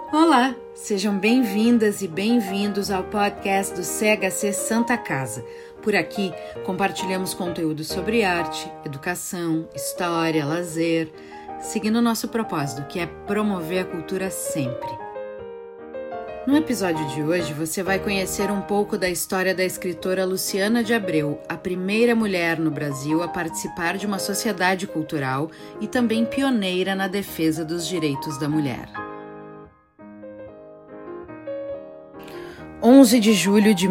Olá, sejam bem-vindas e bem-vindos ao podcast do CHC Santa Casa. Por aqui, compartilhamos conteúdo sobre arte, educação, história, lazer, seguindo o nosso propósito, que é promover a cultura sempre. No episódio de hoje, você vai conhecer um pouco da história da escritora Luciana de Abreu, a primeira mulher no Brasil a participar de uma sociedade cultural e também pioneira na defesa dos direitos da mulher. 11 de julho de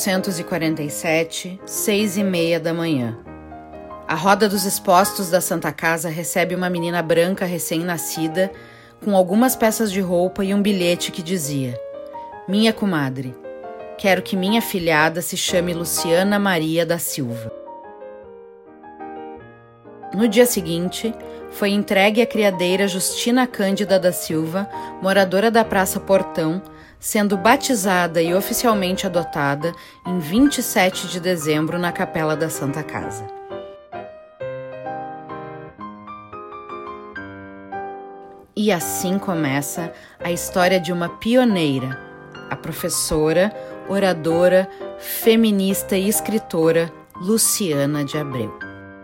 1847, 6h30 da manhã. A roda dos expostos da Santa Casa recebe uma menina branca recém-nascida, com algumas peças de roupa e um bilhete que dizia: "Minha comadre, quero que minha filhada se chame Luciana Maria da Silva." No dia seguinte, foi entregue à criadeira Justina Cândida da Silva, moradora da Praça Portão, sendo batizada e oficialmente adotada em 27 de dezembro na Capela da Santa Casa. E assim começa a história de uma pioneira, a professora, oradora, feminista e escritora Luciana de Abreu.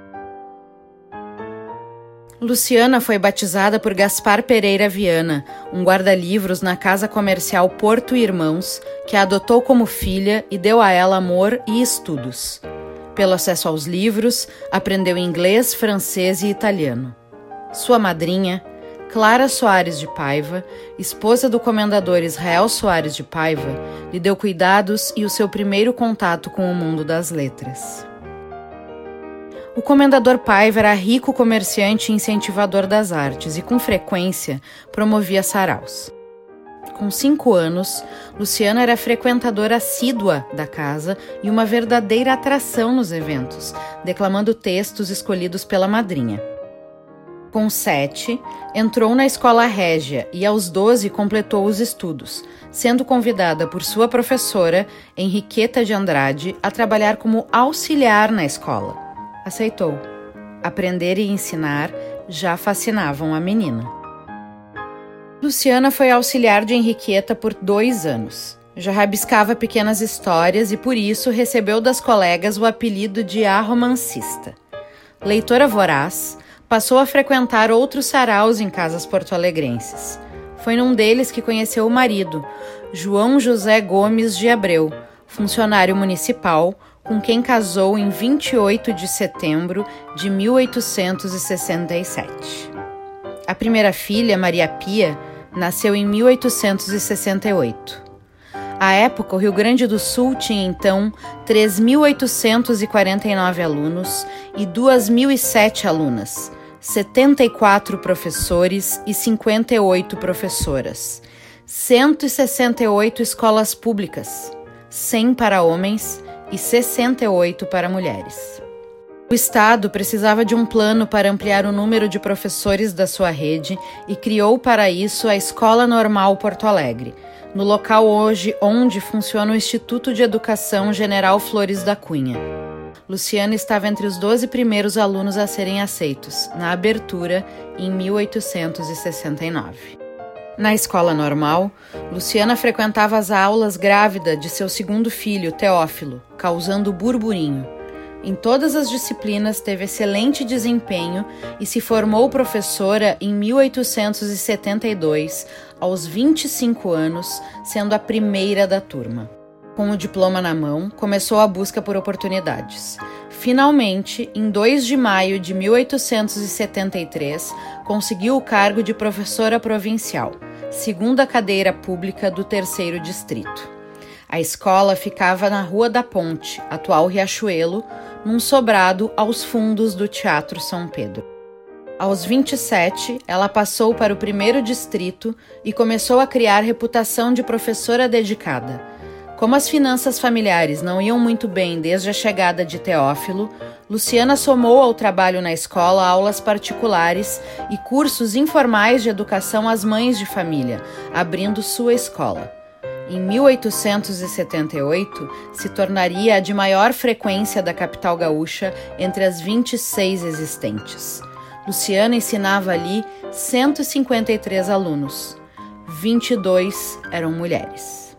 Luciana foi batizada por Gaspar Pereira Viana, um guarda-livros na Casa Comercial Porto Irmãos, que a adotou como filha e deu a ela amor e estudos. Pelo acesso aos livros, aprendeu inglês, francês e italiano. Sua madrinha, Clara Soares de Paiva, esposa do comendador Israel Soares de Paiva, lhe deu cuidados e o seu primeiro contato com o mundo das letras. O comendador Paiva era rico comerciante e incentivador das artes e, com frequência, promovia saraus. Com 5 anos, Luciana era frequentadora assídua da casa e uma verdadeira atração nos eventos, declamando textos escolhidos pela madrinha. Com 7, entrou na escola régia e, aos 12, completou os estudos, sendo convidada por sua professora, Henriqueta de Andrade, a trabalhar como auxiliar na escola. Aceitou. Aprender e ensinar já fascinavam a menina. Luciana foi auxiliar de Henriqueta por 2 anos. Já rabiscava pequenas histórias e, por isso, recebeu das colegas o apelido de a romancista. Leitora voraz, passou a frequentar outros saraus em casas porto-alegrenses. Foi num deles que conheceu o marido, João José Gomes de Abreu, funcionário municipal, com quem casou em 28 de setembro de 1867. A primeira filha, Maria Pia, nasceu em 1868. À época, o Rio Grande do Sul tinha, então, 3.849 alunos e 2.007 alunas, 74 professores e 58 professoras, 168 escolas públicas, 100 para homens e 68 para mulheres. O Estado precisava de um plano para ampliar o número de professores da sua rede e criou para isso a Escola Normal Porto Alegre, no local hoje onde funciona o Instituto de Educação General Flores da Cunha. Luciana estava entre os 12 primeiros alunos a serem aceitos, na abertura, em 1869. Na escola normal, Luciana frequentava as aulas grávida de seu segundo filho, Teófilo, causando burburinho. Em todas as disciplinas teve excelente desempenho e se formou professora em 1872, aos 25 anos, sendo a primeira da turma. Com o diploma na mão, começou a busca por oportunidades. Finalmente, em 2 de maio de 1873, conseguiu o cargo de professora provincial, segunda cadeira pública do 3º distrito. A escola ficava na Rua da Ponte, atual Riachuelo, num sobrado aos fundos do Teatro São Pedro. Aos 27, ela passou para o 1º distrito e começou a criar reputação de professora dedicada. Como as finanças familiares não iam muito bem desde a chegada de Teófilo, Luciana somou ao trabalho na escola aulas particulares e cursos informais de educação às mães de família, abrindo sua escola. Em 1878, se tornaria a de maior frequência da capital gaúcha entre as 26 existentes. Luciana ensinava ali 153 alunos. 22 eram mulheres.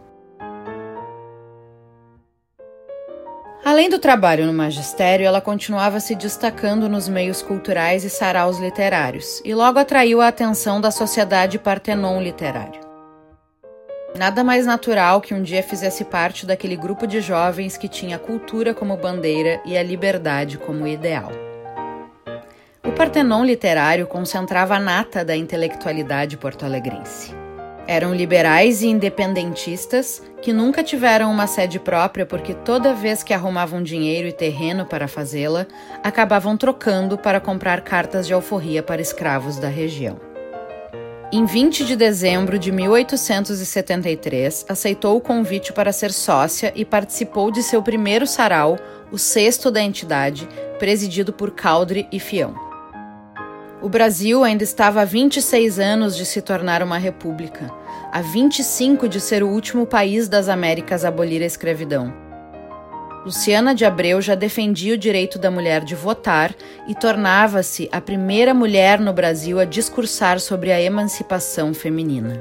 Além do trabalho no magistério, ela continuava se destacando nos meios culturais e saraus literários, e logo atraiu a atenção da Sociedade Partenon Literário. Nada mais natural que um dia fizesse parte daquele grupo de jovens que tinha a cultura como bandeira e a liberdade como ideal. O Partenon Literário concentrava a nata da intelectualidade porto-alegrense. Eram liberais e independentistas que nunca tiveram uma sede própria porque toda vez que arrumavam dinheiro e terreno para fazê-la, acabavam trocando para comprar cartas de alforria para escravos da região. Em 20 de dezembro de 1873, aceitou o convite para ser sócia e participou de seu primeiro sarau, o sexto da entidade, presidido por Caldre e Fião. O Brasil ainda estava há 26 anos de se tornar uma república, há 25 de ser o último país das Américas a abolir a escravidão. Luciana de Abreu já defendia o direito da mulher de votar e tornava-se a primeira mulher no Brasil a discursar sobre a emancipação feminina.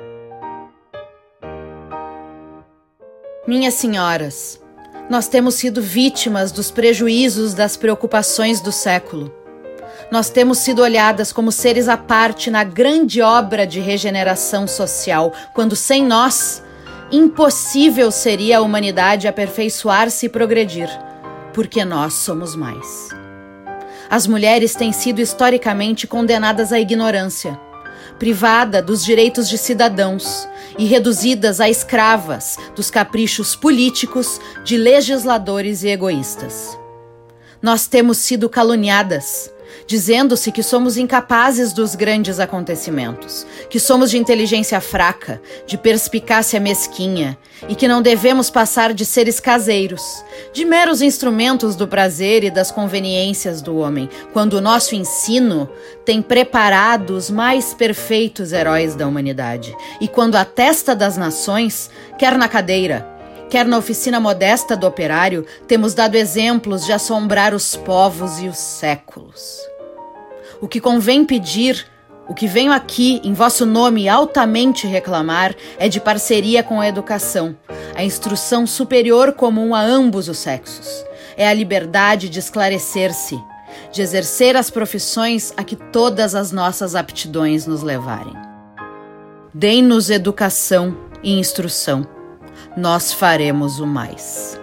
Minhas senhoras, nós temos sido vítimas dos prejuízos das preocupações do século. Nós temos sido olhadas como seres à parte na grande obra de regeneração social, quando sem nós, impossível seria a humanidade aperfeiçoar-se e progredir, porque nós somos mais. As mulheres têm sido historicamente condenadas à ignorância, privadas dos direitos de cidadãos e reduzidas a escravas dos caprichos políticos de legisladores e egoístas. Nós temos sido caluniadas, dizendo-se que somos incapazes dos grandes acontecimentos, que somos de inteligência fraca, de perspicácia mesquinha e que não devemos passar de seres caseiros, de meros instrumentos do prazer e das conveniências do homem, quando o nosso ensino tem preparado os mais perfeitos heróis da humanidade e quando a testa das nações, quer na cadeira, quer na oficina modesta do operário, temos dado exemplos de assombrar os povos e os séculos. O que convém pedir, o que venho aqui em vosso nome altamente reclamar, é de parceria com a educação, a instrução superior comum a ambos os sexos. É a liberdade de esclarecer-se, de exercer as profissões a que todas as nossas aptidões nos levarem. Deem-nos educação e instrução. Nós faremos o mais.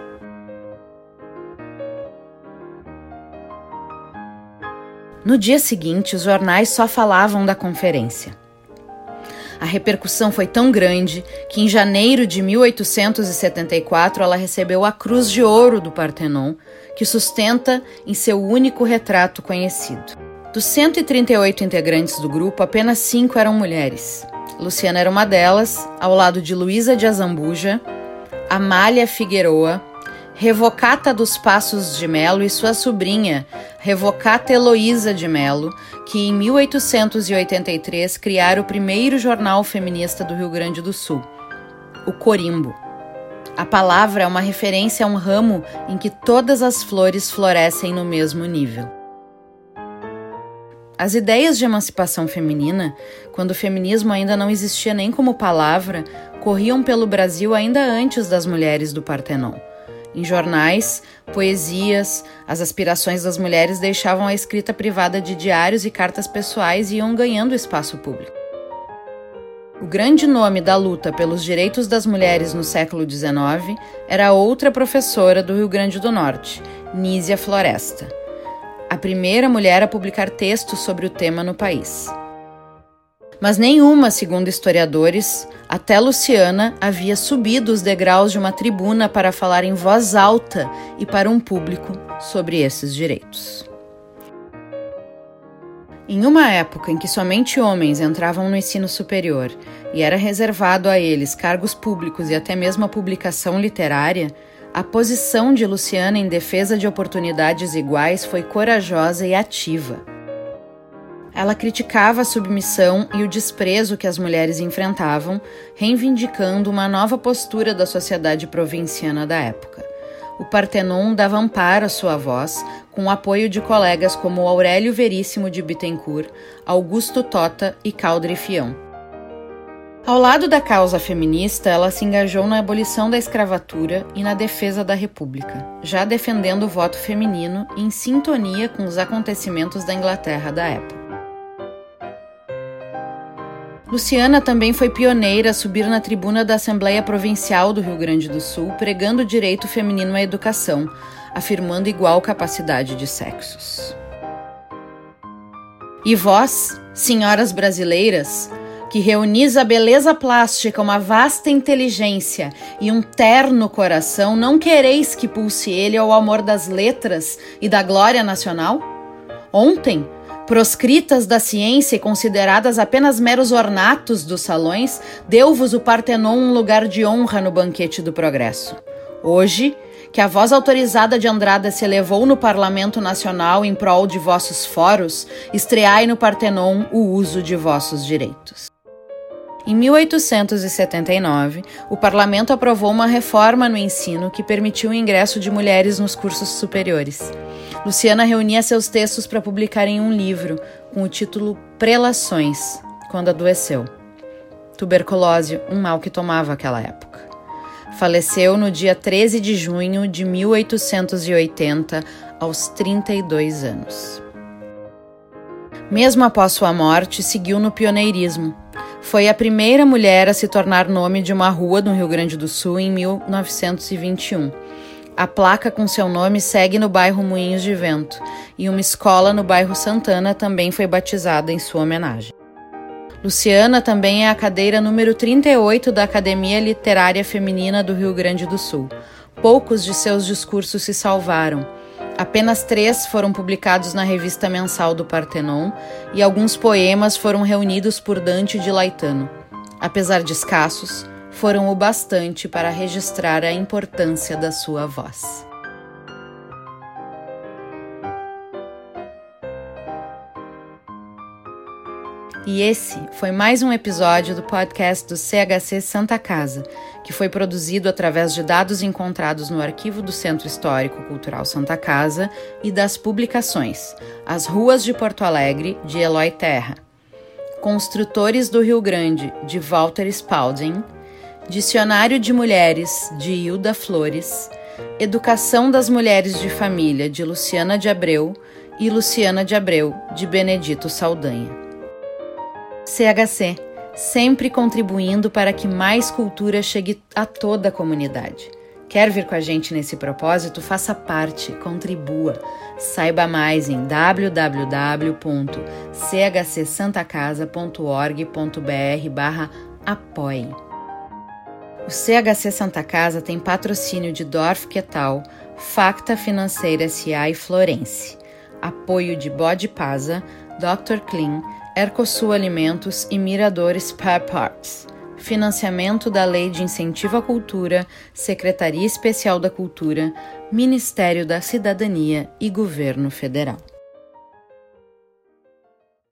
No dia seguinte, os jornais só falavam da conferência. A repercussão foi tão grande que em janeiro de 1874 ela recebeu a Cruz de Ouro do Partenon, que sustenta em seu único retrato conhecido. Dos 138 integrantes do grupo, apenas 5 eram mulheres. Luciana era uma delas, ao lado de Luísa de Azambuja, Amália Figueroa, Revocata dos Passos de Melo e sua sobrinha, Revocata Heloísa de Melo, que em 1883 criaram o primeiro jornal feminista do Rio Grande do Sul, o Corimbo. A palavra é uma referência a um ramo em que todas as flores florescem no mesmo nível. As ideias de emancipação feminina, quando o feminismo ainda não existia nem como palavra, corriam pelo Brasil ainda antes das mulheres do Partenon. Em jornais, poesias, as aspirações das mulheres deixavam a escrita privada de diários e cartas pessoais e iam ganhando espaço público. O grande nome da luta pelos direitos das mulheres no século XIX era outra professora do Rio Grande do Norte, Nísia Floresta, a primeira mulher a publicar textos sobre o tema no país. Mas nenhuma, segundo historiadores, até Luciana havia subido os degraus de uma tribuna para falar em voz alta e para um público sobre esses direitos. Em uma época em que somente homens entravam no ensino superior e era reservado a eles cargos públicos e até mesmo a publicação literária, a posição de Luciana em defesa de oportunidades iguais foi corajosa e ativa. Ela criticava a submissão e o desprezo que as mulheres enfrentavam, reivindicando uma nova postura da sociedade provinciana da época. O Partenon dava amparo à sua voz, com o apoio de colegas como Aurélio Veríssimo de Bittencourt, Augusto Tota e Caldre Fião. Ao lado da causa feminista, ela se engajou na abolição da escravatura e na defesa da República, já defendendo o voto feminino em sintonia com os acontecimentos da Inglaterra da época. Luciana também foi pioneira a subir na tribuna da Assembleia Provincial do Rio Grande do Sul, pregando o direito feminino à educação, afirmando igual capacidade de sexos. E vós, senhoras brasileiras, que reunis a beleza plástica, uma vasta inteligência e um terno coração, não quereis que pulse ele ao amor das letras e da glória nacional? Ontem, proscritas da ciência e consideradas apenas meros ornatos dos salões, deu-vos o Partenon um lugar de honra no banquete do progresso. Hoje, que a voz autorizada de Andrada se elevou no Parlamento Nacional em prol de vossos foros, estreai no Partenon o uso de vossos direitos. Em 1879, o parlamento aprovou uma reforma no ensino que permitiu o ingresso de mulheres nos cursos superiores. Luciana reunia seus textos para publicar em um livro, com o título Prelações, quando adoeceu. Tuberculose, um mal que tomava aquela época. Faleceu no dia 13 de junho de 1880, aos 32 anos. Mesmo após sua morte, seguiu no pioneirismo. Foi a primeira mulher a se tornar nome de uma rua no Rio Grande do Sul em 1921. A placa com seu nome segue no bairro Moinhos de Vento e uma escola no bairro Santana também foi batizada em sua homenagem. Luciana também é a cadeira número 38 da Academia Literária Feminina do Rio Grande do Sul. Poucos de seus discursos se salvaram. Apenas 3 foram publicados na revista mensal do Partenon e alguns poemas foram reunidos por Dante de Laetano. Apesar de escassos, foram o bastante para registrar a importância da sua voz. E esse foi mais um episódio do podcast do CHC Santa Casa, que foi produzido através de dados encontrados no arquivo do Centro Histórico Cultural Santa Casa e das publicações As Ruas de Porto Alegre, de Eloy Terra, Construtores do Rio Grande, de Walter Spalding, Dicionário de Mulheres, de Hilda Flores, Educação das Mulheres de Família, de Luciana de Abreu e Luciana de Abreu, de Benedito Saldanha. CHC, sempre contribuindo para que mais cultura chegue a toda a comunidade. Quer vir com a gente nesse propósito? Faça parte, contribua. Saiba mais em www.chcsantacasa.org.br/apoie. O CHC Santa Casa tem patrocínio de Dorf Quetal, Facta Financeira S.A. e Florense. Apoio de Bode Pasa, Dr. Clean, Ercosul Alimentos e Mirador Spare Parts. Financiamento da Lei de Incentivo à Cultura, Secretaria Especial da Cultura, Ministério da Cidadania e Governo Federal.